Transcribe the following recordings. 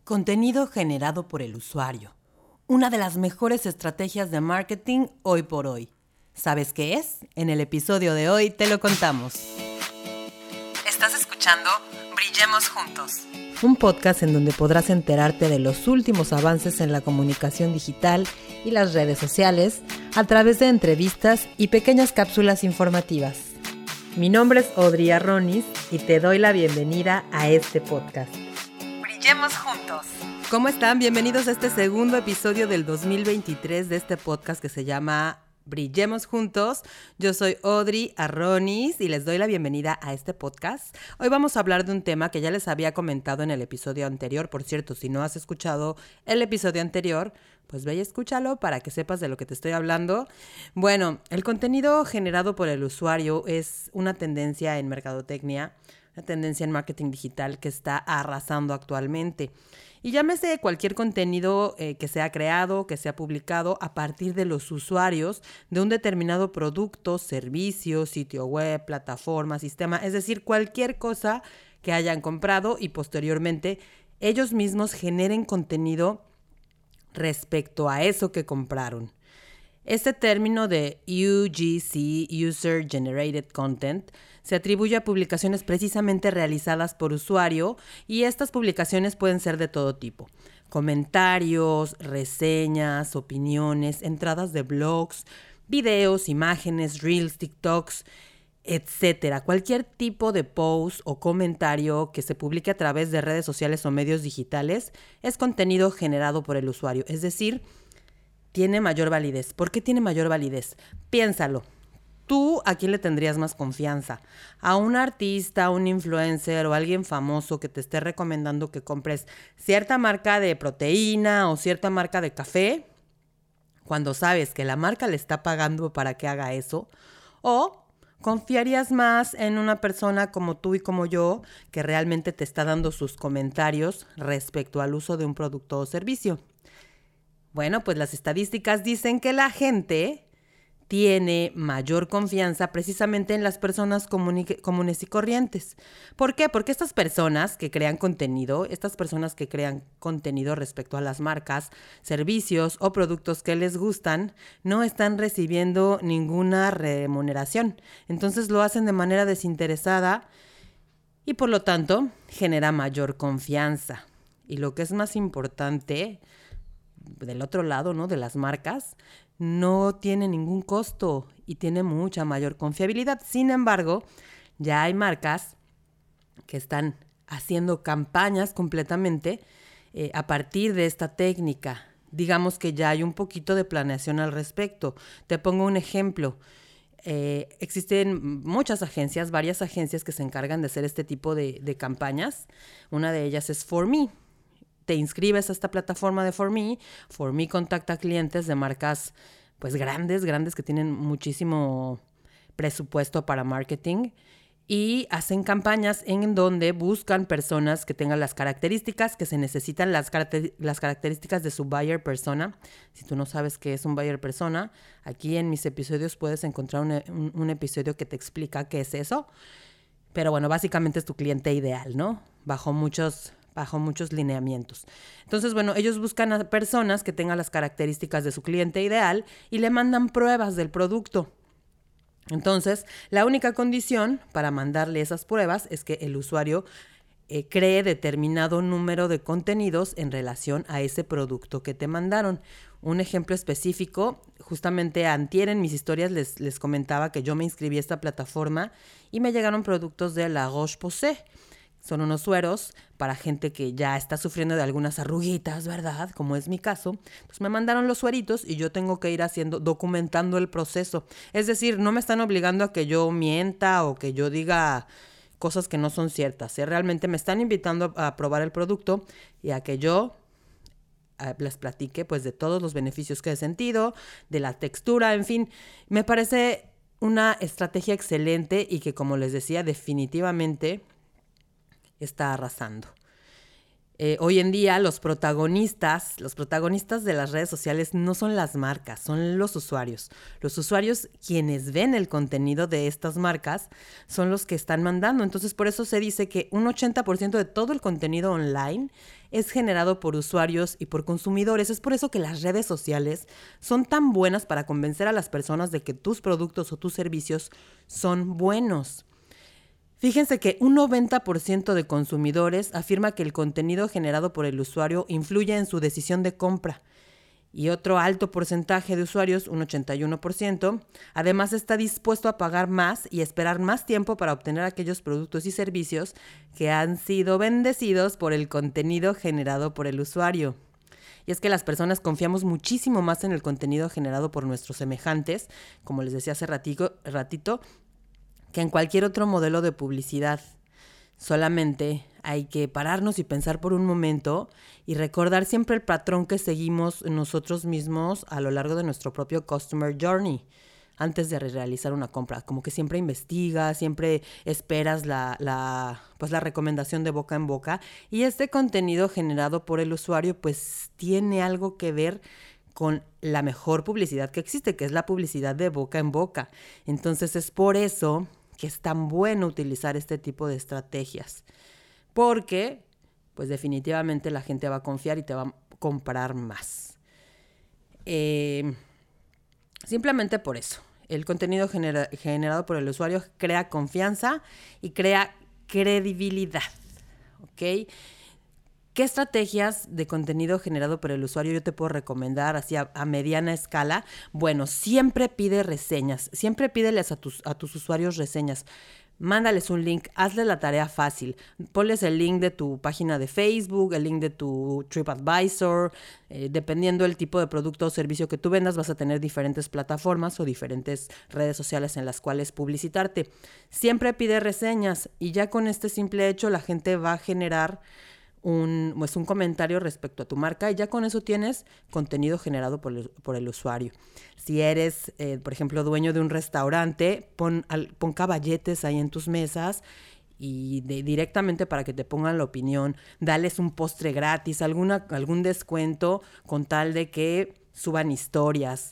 Contenido generado por el usuario. Una de las mejores estrategias de marketing hoy por hoy. ¿Sabes qué es? En el episodio de hoy te lo contamos. Estás escuchando Brillemos Juntos, un podcast en donde podrás enterarte de los últimos avances en la comunicación digital y las redes sociales a través de entrevistas y pequeñas cápsulas informativas. Mi nombre es Audrey Arronis y te doy la bienvenida a este podcast. Brillemos Juntos. ¿Cómo están? Bienvenidos a este segundo episodio del 2023 de este podcast que se llama Brillemos Juntos. Yo soy Audrey Arronis y les doy la bienvenida a este podcast. Hoy vamos a hablar de un tema que ya les había comentado en el episodio anterior. Por cierto, si no has escuchado el episodio anterior, pues ve y escúchalo para que sepas de lo que te estoy hablando. Bueno, el contenido generado por el usuario es una tendencia en mercadotecnia, una tendencia en marketing digital que está arrasando actualmente. Y llámese cualquier contenido que sea creado, que sea publicado a partir de los usuarios de un determinado producto, servicio, sitio web, plataforma, sistema, es decir, cualquier cosa que hayan comprado y posteriormente ellos mismos generen contenido respecto a eso que compraron. Este término de UGC, User Generated Content, se atribuye a publicaciones precisamente realizadas por usuario y estas publicaciones pueden ser de todo tipo. Comentarios, reseñas, opiniones, entradas de blogs, videos, imágenes, reels, TikToks, etcétera. Cualquier tipo de post o comentario que se publique a través de redes sociales o medios digitales es contenido generado por el usuario, es decir, tiene mayor validez. ¿Por qué tiene mayor validez? Piénsalo. ¿Tú a quién le tendrías más confianza? ¿A un artista, a un influencer o a alguien famoso que te esté recomendando que compres cierta marca de proteína o cierta marca de café cuando sabes que la marca le está pagando para que haga eso? ¿O confiarías más en una persona como tú y como yo que realmente te está dando sus comentarios respecto al uso de un producto o servicio? Bueno, pues las estadísticas dicen que la gente tiene mayor confianza precisamente en las personas comunes y corrientes. ¿Por qué? Porque estas personas que crean contenido respecto a las marcas, servicios o productos que les gustan, no están recibiendo ninguna remuneración. Entonces lo hacen de manera desinteresada y por lo tanto genera mayor confianza. Y lo que es más importante, del otro lado, ¿no?, de las marcas, no tiene ningún costo y tiene mucha mayor confiabilidad. Sin embargo, ya hay marcas que están haciendo campañas completamente a partir de esta técnica. Digamos que ya hay un poquito de planeación al respecto. Te pongo un ejemplo. Existen muchas agencias, varias agencias que se encargan de hacer este tipo de campañas. Una de ellas es ForMe. Te inscribes a esta plataforma de ForMe. ForMe contacta clientes de marcas pues grandes que tienen muchísimo presupuesto para marketing y hacen campañas en donde buscan personas que tengan las características que se necesitan, las características de su buyer persona. Si tú no sabes qué es un buyer persona, aquí en mis episodios puedes encontrar un episodio que te explica qué es eso. Pero bueno, básicamente es tu cliente ideal, ¿no? Bajo muchos lineamientos. Entonces, bueno, ellos buscan a personas que tengan las características de su cliente ideal y le mandan pruebas del producto. Entonces, la única condición para mandarle esas pruebas es que el usuario cree determinado número de contenidos en relación a ese producto que te mandaron. Un ejemplo específico, justamente antier en mis historias les comentaba que yo me inscribí a esta plataforma y me llegaron productos de La Roche-Posay. Son unos sueros para gente que ya está sufriendo de algunas arruguitas, ¿verdad? Como es mi caso. Pues me mandaron los sueritos y yo tengo que ir documentando el proceso. Es decir, no me están obligando a que yo mienta o que yo diga cosas que no son ciertas. Realmente me están invitando a probar el producto y a que yo les platique pues de todos los beneficios que he sentido, de la textura, en fin. Me parece una estrategia excelente y que, como les decía, definitivamente está arrasando. Hoy en día los protagonistas de las redes sociales no son las marcas, son los usuarios. Los usuarios, quienes ven el contenido de estas marcas, son los que están mandando. Entonces, por eso se dice que un 80% de todo el contenido online es generado por usuarios y por consumidores. Es por eso que las redes sociales son tan buenas para convencer a las personas de que tus productos o tus servicios son buenos. Fíjense que un 90% de consumidores afirma que el contenido generado por el usuario influye en su decisión de compra. Y otro alto porcentaje de usuarios, un 81%, además está dispuesto a pagar más y esperar más tiempo para obtener aquellos productos y servicios que han sido bendecidos por el contenido generado por el usuario. Y es que las personas confiamos muchísimo más en el contenido generado por nuestros semejantes, como les decía hace ratito, que en cualquier otro modelo de publicidad. Solamente hay que pararnos y pensar por un momento y recordar siempre el patrón que seguimos nosotros mismos a lo largo de nuestro propio Customer Journey antes de realizar una compra. Como que siempre investigas, siempre esperas la recomendación de boca en boca, y este contenido generado por el usuario pues tiene algo que ver con la mejor publicidad que existe, que es la publicidad de boca en boca. Entonces es por eso que es tan bueno utilizar este tipo de estrategias, porque pues definitivamente la gente va a confiar y te va a comprar más. Simplemente por eso, el contenido generado por el usuario crea confianza y crea credibilidad, ¿ok? ¿Qué estrategias de contenido generado por el usuario yo te puedo recomendar así a mediana escala? Bueno, siempre pide reseñas, siempre pídeles a tus usuarios reseñas. Mándales un link, hazle la tarea fácil. Ponles el link de tu página de Facebook, el link de tu TripAdvisor. Dependiendo del tipo de producto o servicio que tú vendas, vas a tener diferentes plataformas o diferentes redes sociales en las cuales publicitarte. Siempre pide reseñas y ya con este simple hecho la gente va a generar un comentario respecto a tu marca y ya con eso tienes contenido generado por el usuario. Si eres, por ejemplo, dueño de un restaurante, pon caballetes ahí en tus mesas y directamente para que te pongan la opinión. Dales un postre gratis, algún descuento con tal de que suban historias.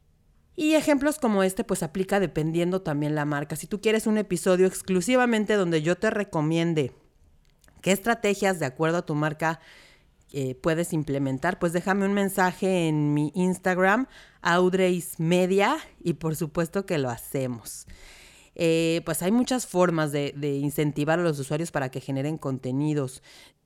Y ejemplos como este pues aplica dependiendo también la marca. Si tú quieres un episodio exclusivamente donde yo te recomiende qué estrategias de acuerdo a tu marca puedes implementar, pues déjame un mensaje en mi Instagram, Audrey's Media, y por supuesto que lo hacemos. Pues hay muchas formas de incentivar a los usuarios para que generen contenidos.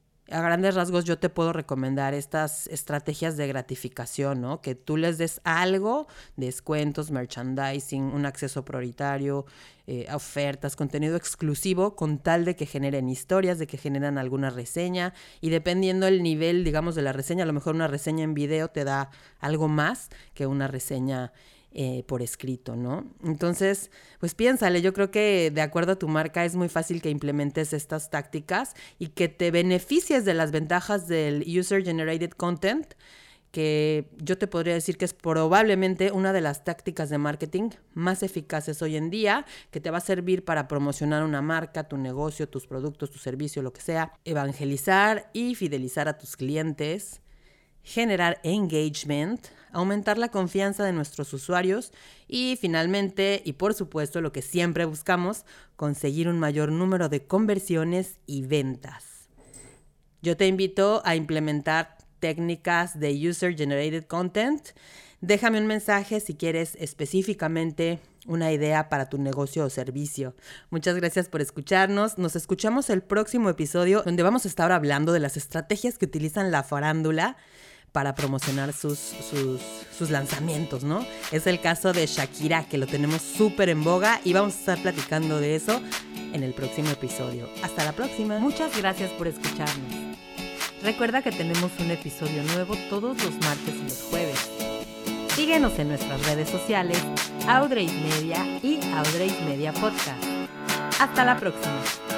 A grandes rasgos yo te puedo recomendar estas estrategias de gratificación, ¿no? Que tú les des algo, descuentos, merchandising, un acceso prioritario, ofertas, contenido exclusivo, con tal de que generen historias, de que generen alguna reseña, y dependiendo el nivel, digamos, de la reseña, a lo mejor una reseña en video te da algo más que una reseña por escrito, ¿no? Entonces, pues piénsale, yo creo que de acuerdo a tu marca es muy fácil que implementes estas tácticas y que te beneficies de las ventajas del User Generated Content, que yo te podría decir que es probablemente una de las tácticas de marketing más eficaces hoy en día, que te va a servir para promocionar una marca, tu negocio, tus productos, tu servicio, lo que sea, evangelizar y fidelizar a tus clientes, generar engagement, aumentar la confianza de nuestros usuarios y finalmente, y por supuesto lo que siempre buscamos, conseguir un mayor número de conversiones y ventas. Yo te invito a implementar técnicas de User Generated Content. Déjame un mensaje si quieres específicamente una idea para tu negocio o servicio. Muchas gracias por escucharnos. Nos escuchamos el próximo episodio donde vamos a estar hablando de las estrategias que utilizan la farándula para promocionar sus lanzamientos, ¿no? Es el caso de Shakira, que lo tenemos súper en boga y vamos a estar platicando de eso en el próximo episodio. Hasta la próxima. Muchas gracias por escucharnos. Recuerda que tenemos un episodio nuevo todos los martes y los jueves. Síguenos en nuestras redes sociales, Audrey's Media y Audrey's Media Podcast. Hasta la próxima.